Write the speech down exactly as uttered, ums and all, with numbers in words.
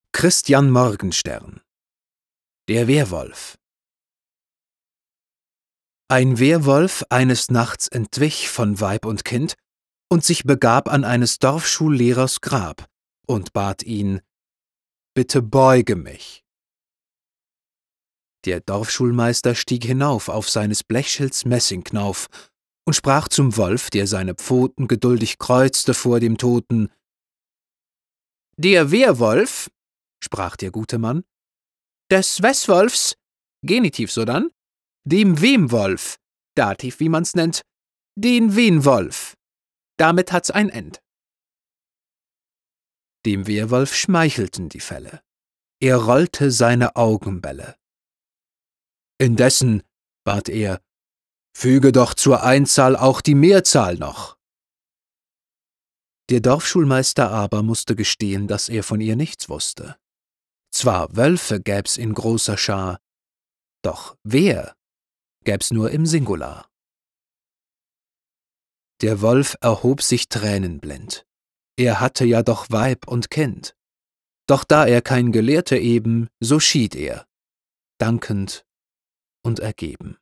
Christian Morgenstern. Der Wehrwolf. Ein Wehrwolf eines Nachts entwich von Weib und Kind und sich begab an eines Dorfschullehrers Grab und bat ihn: »Bitte beuge mich.« Der Dorfschulmeister stieg hinauf auf seines Blechschilds Messingknauf und sprach zum Wolf, der seine Pfoten geduldig kreuzte vor dem Toten: »Der Wehrwolf«, sprach der gute Mann, »des wes Wolfs, Genitiv sodann, dem wem Wolf, Dativ, wie man's nennt, den wen Wolf, damit hat's ein End.« Dem Wehrwolf schmeichelten die Felle, er rollte seine Augenbälle. »Indessen«, bat er, »füge doch zur Einzahl auch die Mehrzahl noch.« Der Dorfschulmeister aber mußte gestehen, dass er von ihr nichts wusste. Zwar Wölfe gäb's in großer Schar, doch wer gäb's nur im Singular. Der Wolf erhob sich tränenblind, er hatte ja doch Weib und Kind. Doch da er kein Gelehrter eben, so schied er, dankend und ergeben.